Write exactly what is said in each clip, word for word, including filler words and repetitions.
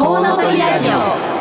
コウノトリラジオ。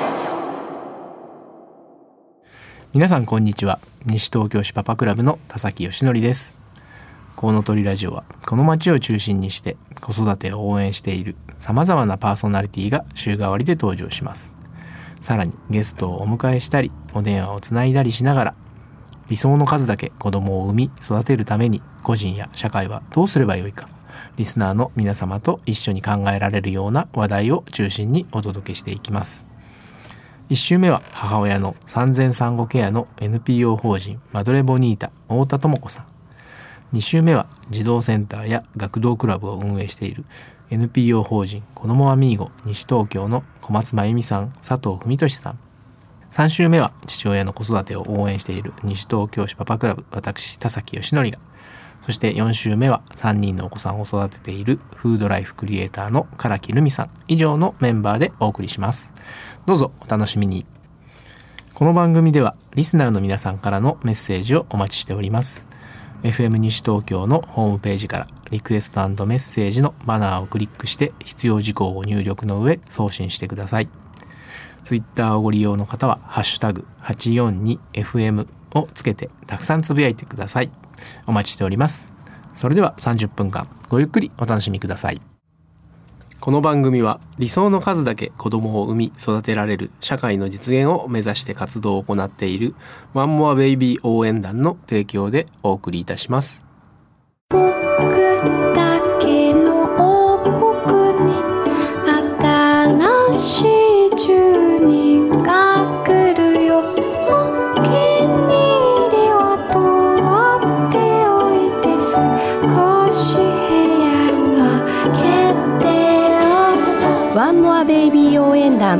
皆さんこんにちは。西東京市パパクラブの田崎義則です。コウノトリラジオはこの町を中心にして子育てを応援しているさまざまなパーソナリティが週替わりで登場します。さらにゲストをお迎えしたりお電話をつないだりしながら、理想の数だけ子供を産み育てるために個人や社会はどうすればよいか、リスナーの皆様と一緒に考えられるような話題を中心にお届けしていきます。いち週目は母親の産前産後ケアの エヌピーオー 法人マドレボニータ太田智子さん、に週目は児童センターや学童クラブを運営している エヌピーオー 法人子どもアミーゴ西東京の小松真由美さん、佐藤文俊さん、さん週目は父親の子育てを応援している西東京市パパクラブ私田崎義則が、そしてよん週目はさんにんのお子さんを育てているフードライフクリエイターの唐木留美さん以上のメンバーでお送りします。どうぞお楽しみに。この番組ではリスナーの皆さんからのメッセージをお待ちしております。 エフエム 西東京のホームページからリクエスト&メッセージのバナーをクリックして必要事項を入力の上送信してください。ツイッターをご利用の方はハッシュタグ はちよんにエフエム をつけてたくさんつぶやいてください。お待ちしております。それではさんじゅっぷんかんごゆっくりお楽しみください。この番組は理想の数だけ子供を産み育てられる社会の実現を目指して活動を行っているワンモアベイビー応援団の提供でお送りいたします。 僕だけの王国に新しい住人が来るよ。お気に入りは取っておいて、少し部屋を開けておくと。 ワンモアベイビー応援団。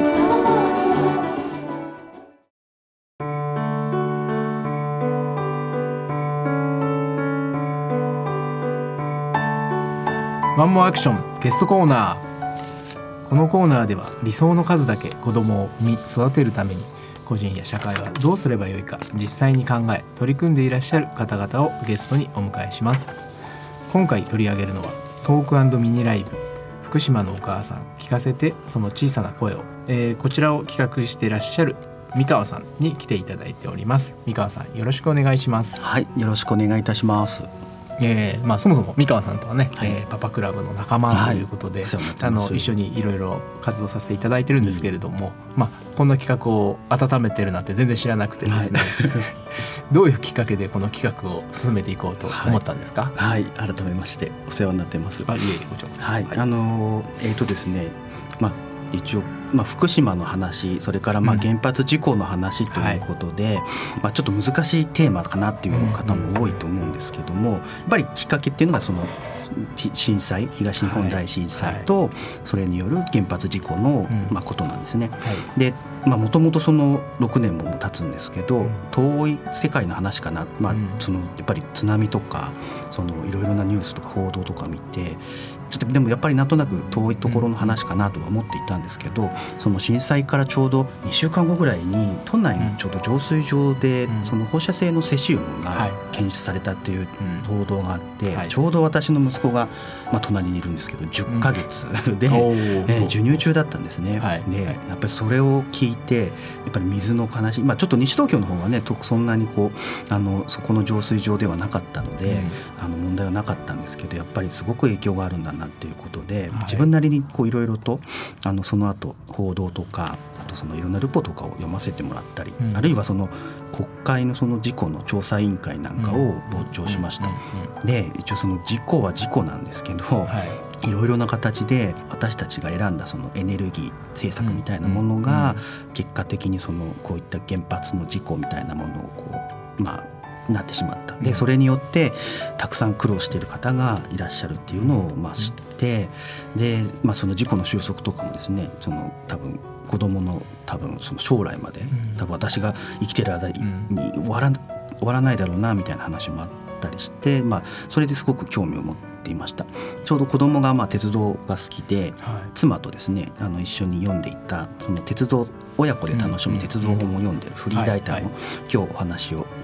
ワンモアアクションゲストコーナー。このコーナーでは理想の数だけ子供を産み育てるために個人や社会はどうすればよいか実際に考え取り組んでいらっしゃる方々をゲストにお迎えします。今回取り上げるのはトーク&ミニライブ福島のお母さん聞かせてその小さな声を、えー、こちらを企画していらっしゃる三川さんに来ていただいております。三川さんよろしくお願いします。 はい、よろしくお願いいたします。 えーまあ、そもそも三川さんとはね、 はい、 えー、パパクラブの仲間ということで、はい、あの一緒にいろいろ活動させていただいてるんですけれども、まあ、こんな企画を温めてるなんて全然知らなくてですね、はい、どういうきっかけでこの企画を進めていこうと思ったんですか？ はい、はい、改めましてお世話になってます。 あ、いえいえ、こちらこそ。 はい、はい、あのー、えーとですね、まあ一応、まあ、福島の話、それからまあ原発事故の話ということで、うん、はい、まあ、ちょっと難しいテーマかなっていう方も多いと思うんですけども、やっぱりきっかけっていうのがその震災、東日本大震災とそれによる原発事故のまあことなんですね。はい、でもともとそのろくねんも経つんですけど、うん、遠い世界の話かな、まあ、そのやっぱり津波とかそのいろいろなニュースとか報道とか見て、ちょっとでもやっぱりなんとなく遠いところの話かなとは思っていたんですけど、その震災からちょうどにしゅうかんごぐらいに都内のちょうど浄水場でその放射性のセシウムが検出されたっていう報道があって、ちょうど私の息子がまあ隣にいるんですけどじゅっかげつで授乳中だったんですね。でやっぱりそれを聞いてやっぱり水の悲しい、まあ、ちょっと西東京の方はねそんなにこうあのそこの浄水場ではなかったので、あの問題はなかったんですけど、やっぱりすごく影響があるんだなっていうことで、はい、自分なりにこういろいろとあのその後報道とかあとそのいろんなルポとかを読ませてもらったり、うん、あるいはその国会のその事故の調査委員会なんかを傍聴しました。で一応その事故は事故なんですけど、はい、いろいろな形で私たちが選んだそのエネルギー政策みたいなものが結果的にそのこういった原発の事故みたいなものをこうまあなってしまった。でそれによってたくさん苦労している方がいらっしゃるっていうのをまあ知って、で、まあ、その事故の収束とかもですね、その多分子どもの多分その将来まで多分私が生きてる間に終わら、終わらないだろうなみたいな話もあったりして、まあ、それですごく興味を持っていました。ちょうど子どもがまあ鉄道が好きで、はい、妻とですねあの一緒に読んでいたその鉄道親子で楽しむ鉄道本を読んでるフリーライターの今日お話を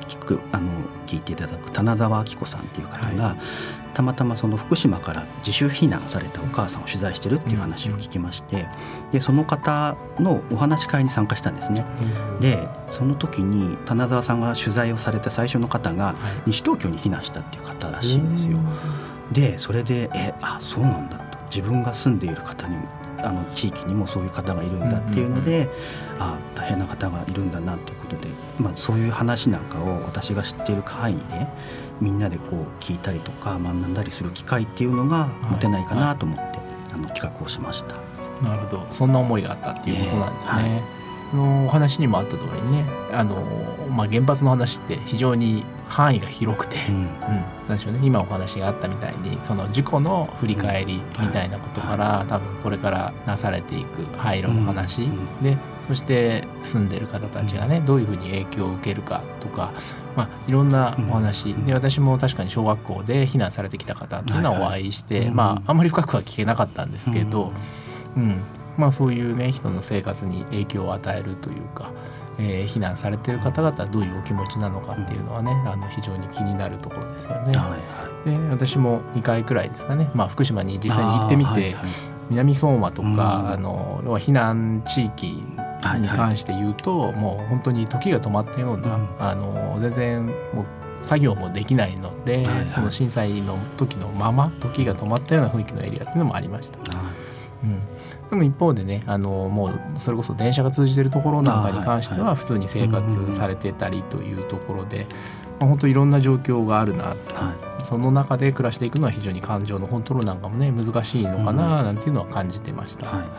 聞くあの聞いていただく棚澤明子さんっていう方が、はい、たまたまその福島から自主避難されたお母さんを取材してるっていう話を聞きまして、うん、でその方のお話し会に参加したんですね、うん、でその時に棚澤さんが取材をされた最初の方が西東京に避難したっていう方らしいんですよ、うん、でそれでえあそうなんだと、自分が住んでいる方にもあの地域にもそういう方がいるんだっていうので、うんうんうん、あ大変な方がいるんだなということで、まあ、そういう話なんかを私が知っている範囲でみんなでこう聞いたりとか学んだりする機会っていうのが持てないかなと思って、はいはい、あの企画をしました。 なるほど、そんな思いがあったっていうことなんですね、えーはい、あのお話にもあった通りにね、あの、まあ、原発の話って非常に範囲が広くて、うんうん、なんでしょうね、今お話があったみたいにその事故の振り返りみたいなことから、うん、多分これからなされていく廃炉の話、うん、でそして住んでる方たちがねどういうふうに影響を受けるかとか、まあ、いろんなお話で、私も確かに小学校で避難されてきた方っていうのはお会いして、はいはい、まあ、あんまり深くは聞けなかったんですけど、うんうん、まあ、そういうね人の生活に影響を与えるというか、えー、避難されている方々はどういうお気持ちなのかっていうのはね、あの非常に気になるところですよね、はいはい、で私もにかいくらいですかね、まあ、福島に実際に行ってみて、はいはい、南相馬とか、うん、あの要は避難地域に関して言うと、はいはい、もう本当に時が止まったような、うん、あの全然もう作業もできないので、はいはい、その震災の時のまま時が止まったような雰囲気のエリアっていうのもありました、はい、うん、でも一方でね、あのもうそれこそ電車が通じているところなんかに関しては普通に生活されてたりというところで、まあ、本当いろんな状況があるな、はい、その中で暮らしていくのは非常に感情のコントロールなんかもね難しいのかななんていうのは感じてました、はいはい、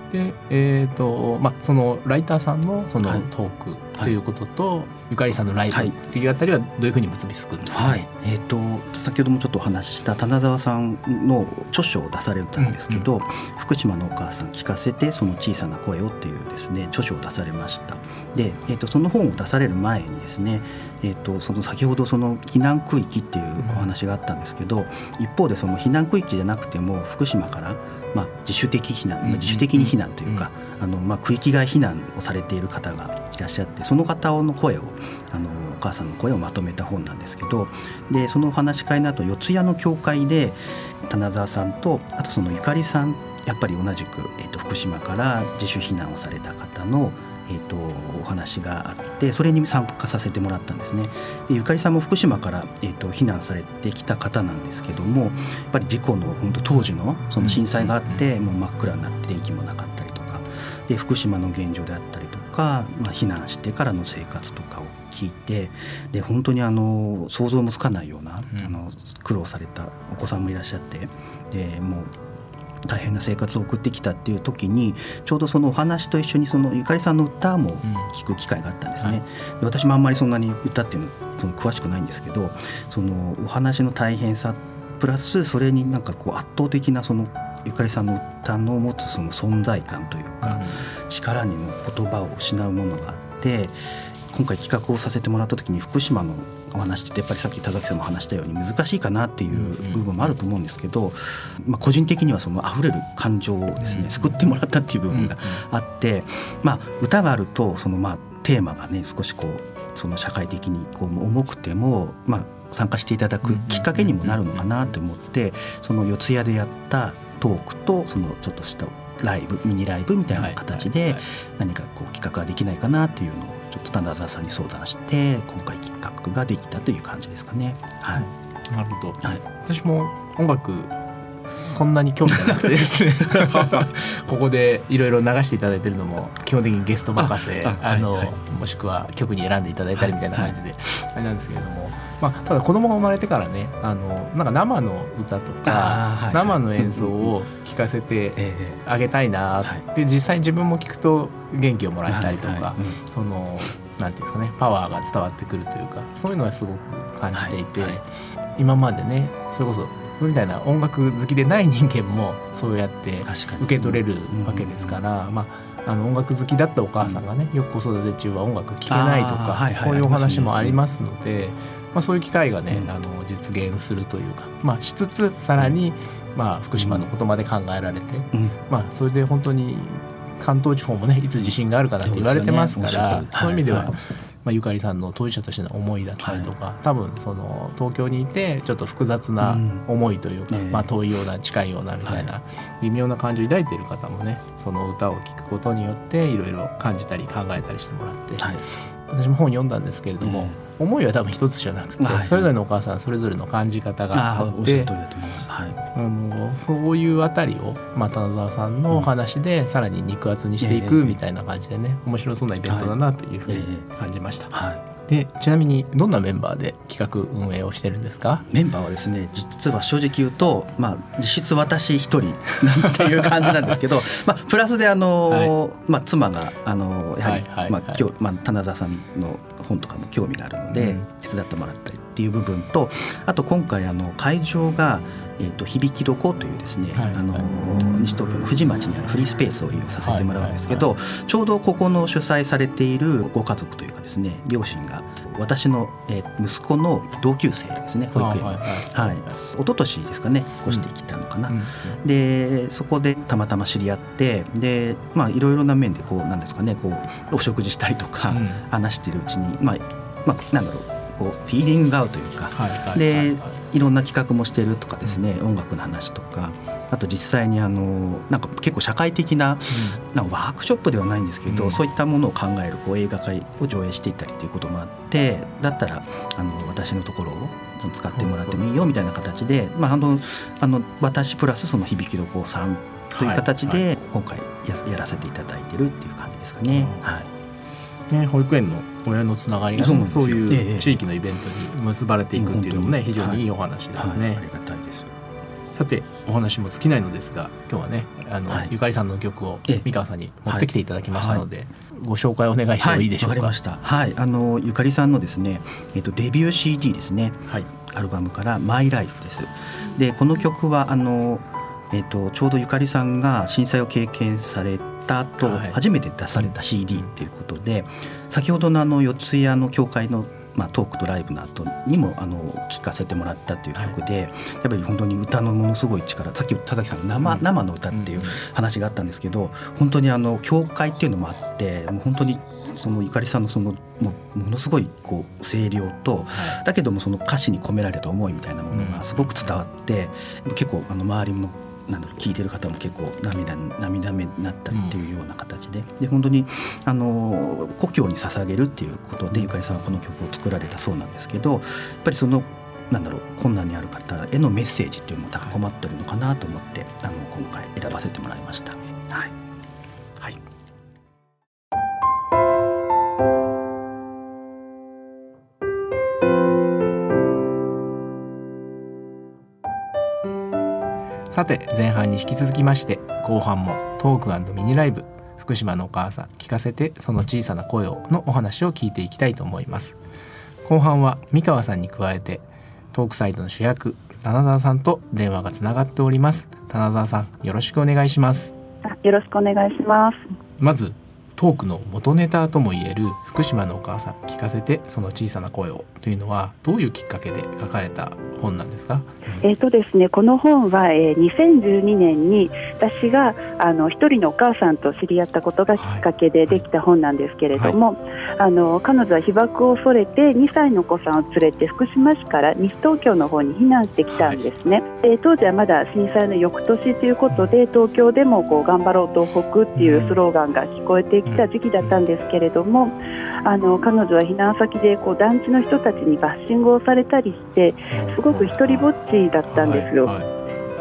で、えーとまあ、そのライターさんのそのトークということと、はいはい、ゆかりさんのライブっていうあたりはどういうふうに結びつくんですかね。はい、 えーと、先ほどもちょっとお話しした棚澤さんの著書を出されたんですけど、うんうん、福島のお母さん聞かせてその小さな声をっていうですね著書を出されました。で、えーと、その本を出される前にですね、えーと、その先ほどその避難区域っていうお話があったんですけど、うん、一方でその避難区域じゃなくても福島からまあ自主的避難、うんうん、自主的に避難というか、うんうん、あのまあ区域外避難をされている方がいらっしゃって、その方の声をあのお母さんの声をまとめた本なんですけど、でそのお話し会の後四谷の教会で棚澤さんとあとそのゆかりさん、やっぱり同じく、えー、と福島から自主避難をされた方のえー、とお話があって、それに参加させてもらったんですね。でゆかりさんも福島から、えー、と避難されてきた方なんですけども、やっぱり事故の本当当時のその震災があって、もう真っ暗になって電気もなかったりとかで、福島の現状であったりとか、まあ、避難してからの生活とかを聞いて、で本当にあの想像もつかないような、うん、あの苦労されたお子さんもいらっしゃって、でもう大変な生活を送ってきたっていう時に、ちょうどそのお話と一緒にそのゆかりさんの歌も聞く機会があったんですね、うんはい、で私もあんまりそんなに歌っていうのその詳しくないんですけど、そのお話の大変さプラスそれになんかこう圧倒的なそのゆかりさんの歌の持つその存在感というか、うん、力にの言葉を失うものがあって、今回企画をさせてもらった時に福島のお話ってやっぱりさっき田崎さんも話したように難しいかなっていう部分もあると思うんですけど、まあ、個人的にはその溢れる感情をですね救ってもらったっていう部分があって、まあ、歌があるとそのまあテーマがね少しこうその社会的にこう重くてもまあ参加していただくきっかけにもなるのかなと思って、その四谷でやったトークとそのちょっとしたライブミニライブみたいな形で何かこう企画ができないかなっていうのをちょっと棚澤さんに相談して今回企画ができたという感じですかね。はい、 なるほど、はい、私も音楽そんなに興味がなくてですねここでいろいろ流していただいているのも基本的にゲスト任せ、ああの、はいはい、もしくは曲に選んでいただいたりみたいな感じで、はいはい、あれなんですけれども、まあ、ただ子供が生まれてからね、あのなんか生の歌とか、はいはい、生の演奏を聴かせてあげたいなって、えー、で実際に自分も聴くと元気をもらったりとか、はいはいうん、そのなんていうんですかね、パワーが伝わってくるというか、そういうのはすごく感じていて、はいはい、今までねそれこそみたいな音楽好きでない人間もそうやって受け取れるわけですから、まあ、あの音楽好きだったお母さんがね、よく子育て中は音楽聴けないとか、はいはい、そういうお話もありますので、まあ、そういう機会がね、うん、あの実現するというか、まあ、しつつさらに、まあ、福島のことまで考えられて、うんまあ、それで本当に関東地方もねいつ地震があるかなって言われてますから、そういう意味ではまあ、ゆかりさんの当事者としての思いだったりとか、 はい、 多分その東京にいてちょっと複雑な思いというか、 うんまあ、遠いような近いようなみたいな微妙な感情を抱いている方もね、その歌を聴くことによっていろいろ感じたり考えたりしてもらって、はい、私も本読んだんですけれども、えー、思いは多分一つじゃなくて、はい、それぞれのお母さんそれぞれの感じ方があって、あのそういうあたりを、まあ、棚澤さんのお話でさらに肉厚にしていくみたいな感じでね、面白そうなイベントだなというふうに感じました。はいはい、でちなみにどんなメンバーで企画運営をしてるんですか？ メンバーはですね、実は正直言うと、まあ、実質私一人っていう感じなんですけどまあプラスであの、はい、まあ、妻があのやはり、はいはいはい、まあ今日まあ、棚澤さんの本とかも興味があるので、うん、手伝ってもらったりっていう部分と、あと今回あの会場が、えー、と響きどこというですね、はいはい、あの西東京の富士町にあるフリースペースを利用させてもらうんですけど、はいはいはい、ちょうどここの主催されているご家族というかですね、両親が私の、えー、息子の同級生ですね、保育園の、はいはいはい、一昨年ですかね越してきたのかな、うんうん、でそこでたまたま知り合って、でまあいろいろな面でこうなんですかね、こうお食事したりとか、うん、話しているうちに、まあまあ、なんだろうこうフィーリングが合うというか、はいはいはいはい、でいろんな企画もしてるとかですね、うん、音楽の話とか、あと実際にあのなんか結構社会的 な,、うん、なんかワークショップではないんですけど、うん、そういったものを考えるこう映画会を上映していったりということもあって、だったらあの私のところを使ってもらってもいいよみたいな形で、まあ、あのあの私プラスその響きどこさんという形で今回 や, やらせていただいてるっていう感じですかね。うん、はいね、保育園の親のつながりが、ね、そういう地域のイベントに結ばれていくっていうのもね、非常にいいお話ですね。はいはい、ありがたいです。さてお話も尽きないのですが、今日はねあの、はい、ゆかりさんの曲を三川さんに持ってきていただきましたので、はいはい、ご紹介お願いしてもいいでしょうか？ はい、わかりました。はい、あのゆかりさんのですね、えーと、デビュー シーディー ですね、はい、アルバムからマイライフです。でこの曲はあのえー、とちょうどゆかりさんが震災を経験された後、はい、初めて出された シーディー っていうことで、先ほどのあの四谷の教会の、まあ、トークとライブの後にもあの聴かせてもらったっていう曲で、はい、やっぱり本当に歌のものすごい力、さっき田崎さんが 生, 生の歌っていう話があったんですけど、本当にあの教会っていうのもあって、もう本当にそのゆかりさんのそのも, ものすごいこう声量と、はい、だけどもその歌詞に込められた思いみたいなものがすごく伝わって、うん、結構あの周りのなんだろう聞いてる方も結構涙涙目になったりっていうような形で、うん、で本当にあの故郷に捧げるっていうことでゆかりさんはこの曲を作られたそうなんですけど、やっぱりそのなんだろう困難にある方へのメッセージっていうのも多分困ってるのかなと思って、あの今回選ばせてもらいました。はい、はい、 さて前半に引き続きまして後半もトーク&ミニライブ福島のお母さん聞かせてその小さな声をのお話を聞いていきたいと思います。後半は三川さんに加えてトークサイドの主役棚澤さんと電話がつながっております。棚澤さんよろしくお願いします。 よろしくお願いします。 まずトークの元ネタともいえる福島のお母さん聞かせてその小さな声をというのはどういうきっかけで書かれた本なんですか？ えーとですね、この本は、えー、にせんじゅうにねんに私があの一人のお母さんと知り合ったことがきっかけでできた本なんですけれども、はいはい、あの彼女は被爆を恐れてにさいのお子さんを連れて福島市から西東京の方に避難してきたんですね。はい、えー、当時はまだ震災の翌年ということで東京でもこう頑張ろう東北っていうスローガンが聞こえてきた時期だったんですけれども、あの彼女は避難先でこう団地の人たちにバッシングをされたりしてすごく一人ぼっちだったんですよ。はいはい、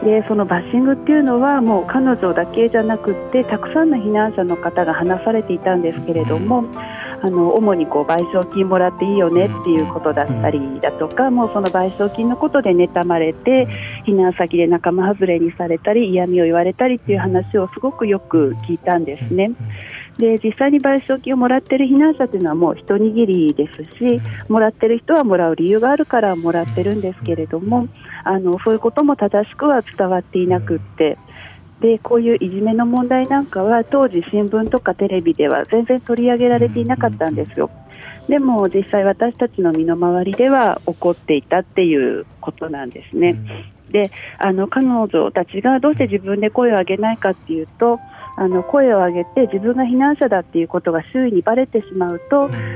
でそのバッシングっていうのはもう彼女だけじゃなくってたくさんの避難者の方が話されていたんですけれども、あの主にこう賠償金もらっていいよねっていうことだったりだとか、もうその賠償金のことで妬まれて避難先で仲間外れにされたり嫌味を言われたりっていう話をすごくよく聞いたんですね。で実際に賠償金をもらっている避難者というのはもう一握りですし、もらっている人はもらう理由があるからもらってるんですけれども、あのそういうことも正しくは伝わっていなくって、でこういういじめの問題なんかは当時新聞とかテレビでは全然取り上げられていなかったんですよ。でも実際私たちの身の回りでは起こっていたっていうことなんですね。であの彼女たちがどうして自分で声を上げないかっていうと、あの声を上げて自分が避難者だっていうことが周囲にバレてしまうと、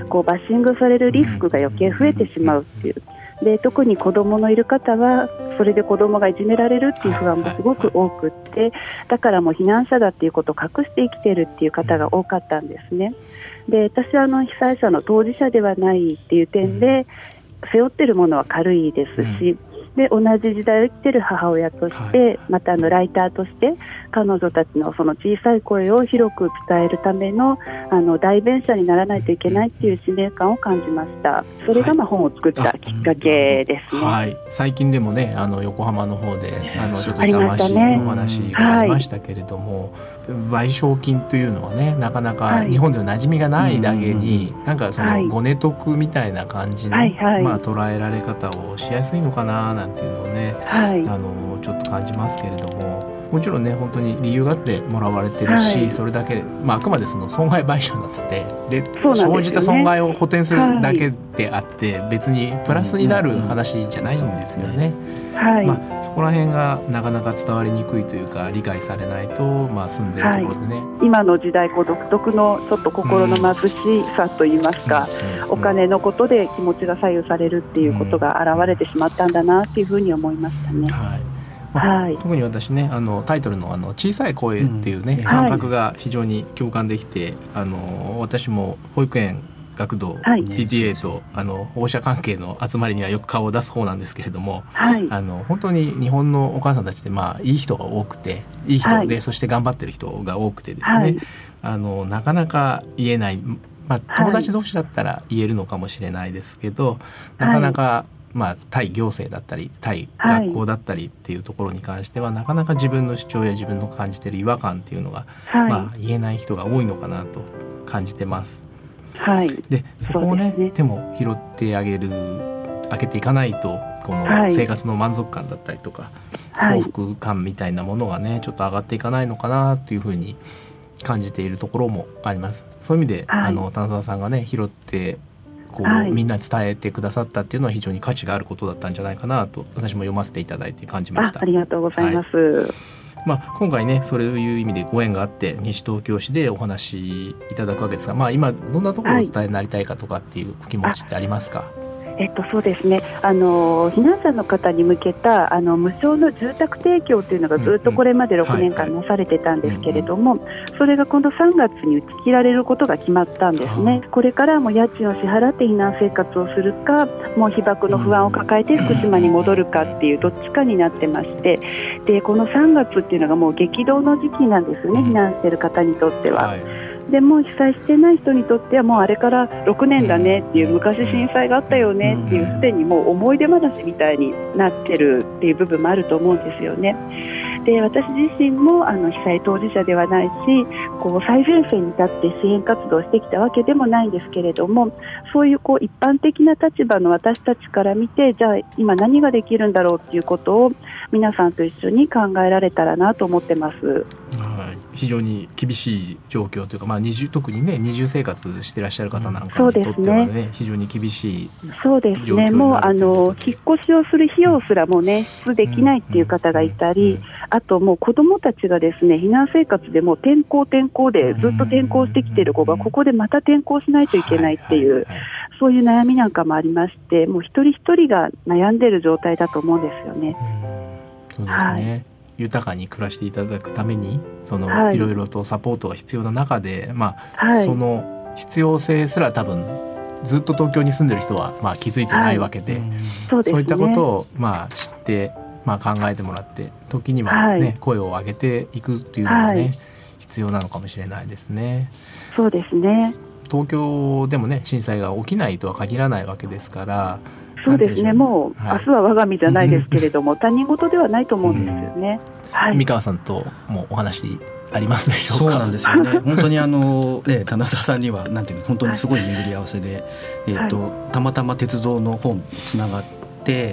こうバッシングされるリスクが余計増えてしまうっていう。で特に子供のいる方はそれで子供がいじめられるっていう不安もすごく多くって、だからもう避難者だっていうことを隠して生きているっていう方が多かったんですね。で私はあの被災者の当事者ではないっていう点で背負っているものは軽いですし、で同じ時代を生きている母親として、はい、またあのライターとして彼女たちのその小さい声を広く伝えるためのあの代弁者にならないといけないっていう使命感を感じました。それがまあ本を作ったきっかけですね。 はい、最近でもねあの横浜の方であのちょっと痛ましいお話がありましたけれども、はい、賠償金というのはねなかなか日本では馴染みがないだけに、はい、なんかそのごね得みたいな感じの、はいはいまあ、捉えられ方をしやすいのかななんていうのをね、はい、あのちょっと感じますけれども、もちろんね本当に理由があってもらわれてるし、はい、それだけ、まあ、あくまでその損害賠償になっててで、ね、生じた損害を補填するだけであって、はい、別にプラスになる話じゃないんですよね。はいまあ、そこら辺がなかなか伝わりにくいというか理解されないと、まあ、住んでるところでね、 はい、今の時代こう独特のちょっと心の貧しさといいますか、うん、お金のことで気持ちが左右されるっていうことが現れてしまったんだなっていうふうに思いましたね。はいまあはい、特に私ねあのタイトルのあの小さい声っていうね、うん、感覚が非常に共感できて、はい、あの私も保育園学童、はい、ピーティーエー とあの保護者関係の集まりにはよく顔を出す方なんですけれども、はい、あの本当に日本のお母さんたちって、まあ、いい人が多くていい人で、はい、そして頑張ってる人が多くてですね、はい、あのなかなか言えない、まあ、友達同士だったら言えるのかもしれないですけど、はい、なかなかまあ、対行政だったり対学校だったりっていうところに関しては、はい、なかなか自分の主張や自分の感じている違和感っていうのが、はいまあ、言えない人が多いのかなと感じてます。はい、でそこを ね, ね手も拾ってあげるあげていかないとこの生活の満足感だったりとか、はい、幸福感みたいなものがねちょっと上がっていかないのかなというふうに感じているところもあります。そういう意味で、はい、あの田澤さんがね拾ってこう、はい、みんなに伝えてくださったっていうのは非常に価値があることだったんじゃないかなと私も読ませていただいて感じました。 あ, ありがとうございます、はいまあ、今回ねそういう意味でご縁があって西東京市でお話いただくわけですが、まあ、今どんなところをお伝えになりたいかとかっていう気持ちってありますか？ えっと、そうですねあの避難者の方に向けたあの無償の住宅提供というのがずっとこれまでろくねんかんなされてたんですけれども、それが今度さんがつに打ち切られることが決まったんですね。これからも家賃を支払って避難生活をするかもう被爆の不安を抱えて福島に戻るかっていうどっちかになってまして、でこのさんがつっていうのがもう激動の時期なんですね、避難している方にとっては、はいでも被災してない人にとってはもうあれからろくねんだねっていう昔震災があったよねっていうすでにもう思い出話みたいになってるっていう部分もあると思うんですよね。で私自身もあの被災当事者ではないしこう最前線に立って支援活動をしてきたわけでもないんですけれども、そういうこう一般的な立場の私たちから見てじゃあ今何ができるんだろうっていうことを皆さんと一緒に考えられたらなと思ってます。 はい、非常に厳しい状況というか、まあ、二重特にね二重生活してらっしゃる方なんかにとっては ね,、うんね、非常に厳しいそうですねもうあの引っ越しをする費用すらもね出できないっていう方がいたり、うんうんうん、あともう子どもたちがですね避難生活でも転校転校でずっと転校してきている子がここでまた転校しないといけないっていう、はいはいはい、そういう悩みなんかもありましてもう一人一人が悩んでいる状態だと思うんですよね。 うん、そうですね、はい豊かに暮らしていただくためにその、はい、いろいろとサポートが必要な中で、まあはい、その必要性すら多分ずっと東京に住んでる人は、まあ、気づいてないわけで、はいそうですね、そういったことを、まあ、知って、まあ、考えてもらって時には、ねはい、声を上げていくっていうのがね、はい、必要なのかもしれないですね。 そうですね東京でもね震災が起きないとは限らないわけですからそうですねもう、はい、明日は我が身じゃないですけれども他人事ではないと思うんですよね、 うんはい、三川さんともお話ありますでしょうか？ そうなんですよね本当にあの、ね、田中さんにはなんていうの本当にすごい巡り合わせで、はいえーとはい、たまたま鉄道の本つながって、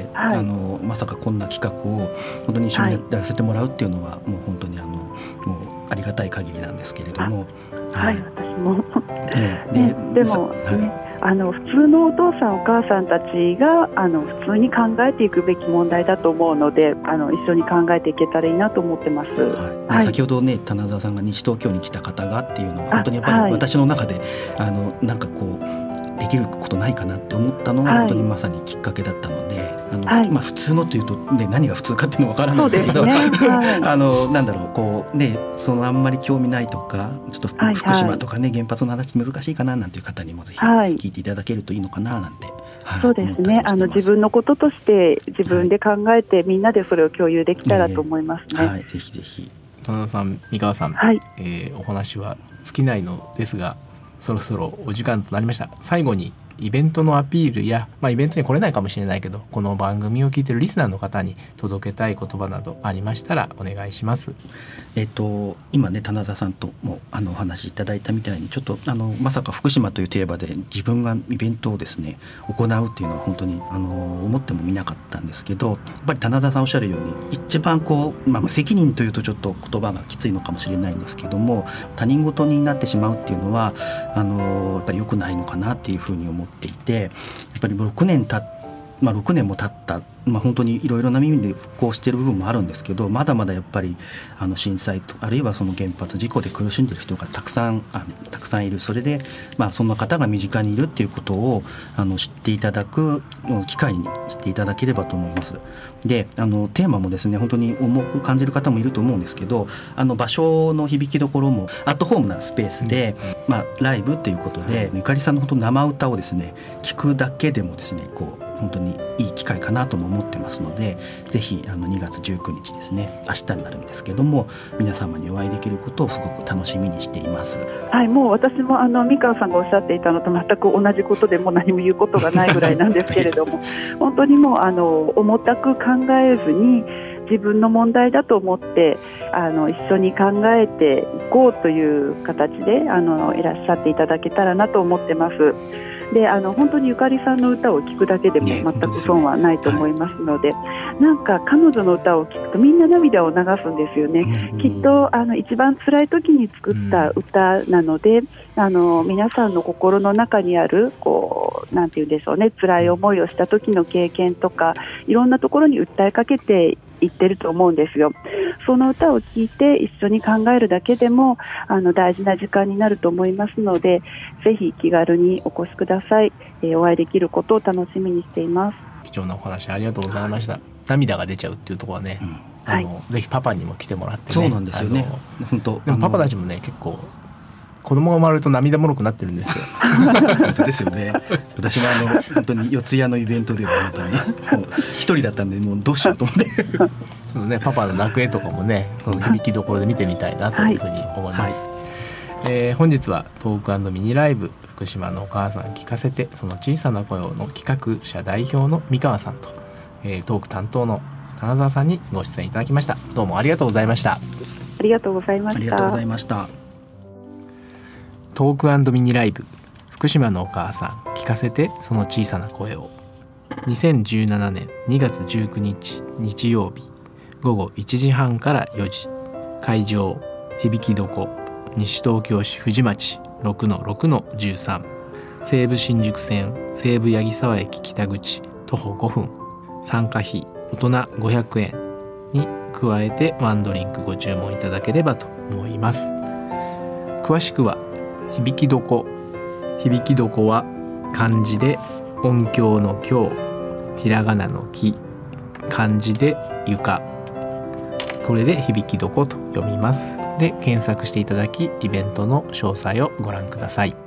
はい、あのまさかこんな企画を本当に一緒にやらせてもらうっていうのは、はい、もう本当にあのもうありがたい限りなんですけれどもはい、はい、私も、ねでね、でも、ねあの普通のお父さんお母さんたちがあの普通に考えていくべき問題だと思うのであの一緒に考えていけたらいいなと思ってます、 はいはい、先ほどね棚澤さんが西東京に来た方がっていうのが本当にやっぱり私の中で、はい、あのなんかこうできることないかなって思ったのが本当にまさにきっかけだったので、はい、あのはいまあ、普通のというと、ね、何が普通かっていうのは分からないんですけど、 そうですね、はい、 あのなんだろうこう、ね、そのあんまり興味ないとかちょっとはいはい福島とか、ね、原発の話難しいかななんていう方にもぜひはい聞いていただけるといいのかななんて、はい、 そうですね、あの自分のこととして自分で考えて、はい、みんなでそれを共有できたらと思いますね、 えーはい、ぜひぜひ。 真田さん、三川さん、 はい、 えー、お話は尽きないのですがそろそろお時間となりました。最後にイベントのアピールや、まあ、イベントに来れないかもしれないけどこの番組を聞いているリスナーの方に届けたい言葉などありましたらお願いします。 えっと、今ね棚田さんともあのお話しいただいたみたいにちょっとあのまさか福島というテーマで自分がイベントをですね行うっていうのは本当にあの思ってもみなかったんですけど、やっぱり棚田さんおっしゃるように一番こう、まあ、無責任というとちょっと言葉がきついのかもしれないんですけども、他人事になってしまうっていうのはあのやっぱり良くないのかなっていうふうに思っていて、やっぱりろくねんたっまあ、ろくねんも経った、まあ、本当にいろいろな意味で復興している部分もあるんですけど、まだまだやっぱりあの震災とあるいはその原発事故で苦しんでいる人がたくさんあたくさんいる。それで、まあ、そんな方が身近にいるっていうことをあの知っていただく機会にしていただければと思います。であのテーマもですね本当に重く感じる方もいると思うんですけど、あの場所の響きどころもアットホームなスペースで、うんまあ、ライブということでゆかりさんの本当生歌をですね聞くだけでもですねこう本当にいい機会かなとも思ってますので、ぜひあのにがつじゅうくにちですね明日になるんですけども皆様にお会いできることをすごく楽しみにしています。 はい、もう私もあの三川さんがおっしゃっていたのと全く同じことでもう何も言うことがないぐらいなんですけれども本当にもうあの重たく考えずに自分の問題だと思ってあの一緒に考えていこうという形であのいらっしゃっていただけたらなと思ってます。であの本当にゆかりさんの歌を聴くだけでも全く損はないと思いますので、ねはい、なんか彼女の歌を聴くとみんな涙を流すんですよね、うん、きっとあの一番辛い時に作った歌なので、うん、あの皆さんの心の中にあるこうなんていうんでしょうね辛い思いをした時の経験とかいろんなところに訴えかけて言ってると思うんですよ。その歌を聴いて一緒に考えるだけでもあの大事な時間になると思いますので、ぜひ気軽にお越しください、えー、お会いできることを楽しみにしています。 貴重なお話ありがとうございました。涙が出ちゃうっていうところはね、うん、あの、はい、ぜひパパにも来てもらってね。 そうなんですよね。本当でもパパたちもね結構子供が生まれると涙もろくなってるんですよ本当ですよね。私もあの本当に四谷のイベントでは本当にもう一人だったんでもうどうしようと思ってその、ね、パパの泣く絵とかもねこの響きどころで見てみたいなというふうに思います、はいえー、本日はトーク&ミニライブ福島のお母さん聞かせてその小さな声の企画者代表の三川さんと、えー、トーク担当の金沢さんにご出演いただきました。どうもありがとうございました。 ありがとうございました。 ありがとうございました。 トーク&ミニライブ福島のお母さん聞かせてその小さな声をにせんじゅうななねんにがつじゅうくにち日曜日ごごいちじはんからよじ会場響き床西東京市藤町 ろくのろくのじゅうさん 西武新宿線西武八木沢駅北口徒歩ごふん参加費大人ごひゃくえんに加えてワンドリンクご注文いただければと思います。詳しくは響き床響き床は漢字で音響の響ひらがなの木漢字で床これで響き床と読みますで検索していただきイベントの詳細をご覧ください。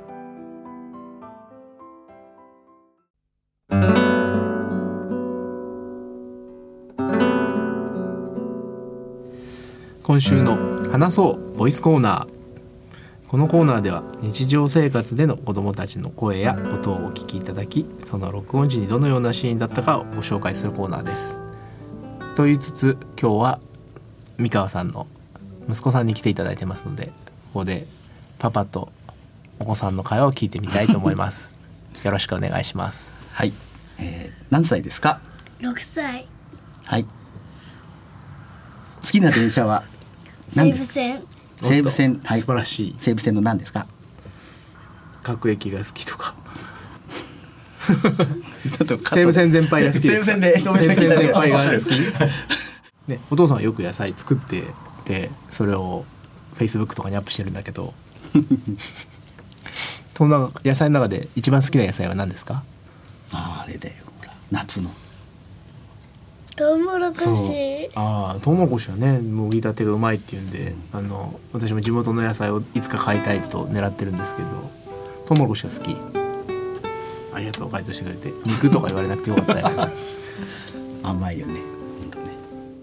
今週の話そうボイスコーナー。このコーナーでは日常生活での子どもたちの声や音をお聞きいただきその録音時にどのようなシーンだったかをご紹介するコーナーです。と言いつつ今日は三川さんの息子さんに来ていただいてますのでここでパパとお子さんの会話を聞いてみたいと思いますよろしくお願いします。 はい、えー、何歳ですか？ ろくさい。 はい。好きな電車は何ですか？ 西武線。 西武線、はい、 素晴らしい。 西武線の何ですか？ 各駅が好きとかちょっと西武線全般が好きです。 西武線で西武線全般が好き、ね、お父さんはよく野菜作ってでそれを Facebook とかにアップしてるんだけどそんな野菜の中で一番好きな野菜は何ですか？ あ, あれだよほら夏のトウモロコシ。 ああトウモロコシはねもぎたてがうまいっていうんで、あの私も地元の野菜をいつか買いたいと狙ってるんですけど、トウモロコシが好き。ありがとう回答してくれて。肉とか言われなくてよかったよ甘いよね本当ね。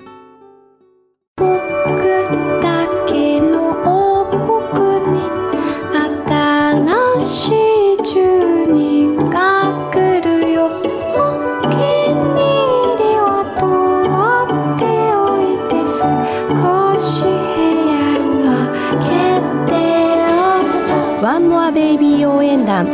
僕だけの王国に新しい住人が来るよ。お気に入りは取っておいて少し部屋を開けておく。 ワンモアベイビー応援団。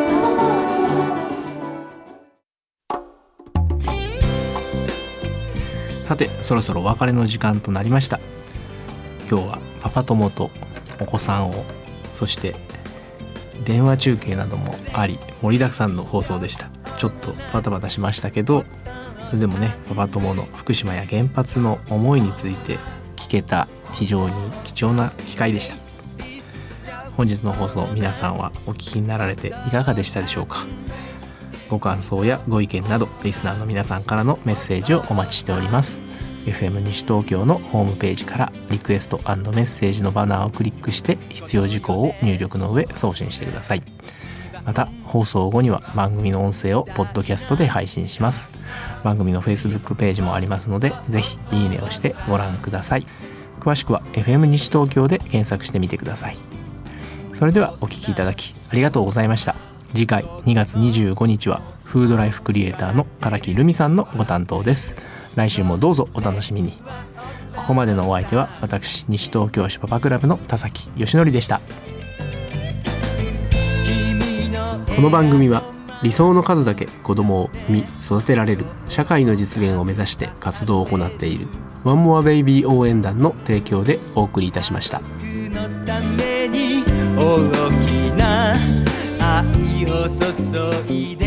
さてそろそろお別れの時間となりました。今日はパパ友とお子さんを、そして電話中継などもあり盛りだくさんの放送でした。ちょっとバタバタしましたけど、それでもねパパ友の福島や原発の思いについて聞けた非常に貴重な機会でした。本日の放送皆さんはお聞きになられていかがでしたでしょうか？ご感想やご意見などリスナーの皆さんからのメッセージをお待ちしております。 エフエム 西東京のホームページからリクエスト&メッセージのバナーをクリックして必要事項を入力の上送信してください。また放送後には番組の音声をポッドキャストで配信します。番組の Facebook ページもありますのでぜひいいねをしてご覧ください。詳しくは エフエム 西東京で検索してみてください。それではお聞きいただきありがとうございました。次回にがつにじゅうごにちはフードライフクリエイターの唐木留美さんのご担当です。来週もどうぞお楽しみに。ここまでのお相手は私西東京市パパクラブの田崎義則でした。この番組は理想の数だけ子供を産み育てられる社会の実現を目指して活動を行っているワンモアベイビー応援団の提供でお送りいたしました。 のために大きな愛を注いで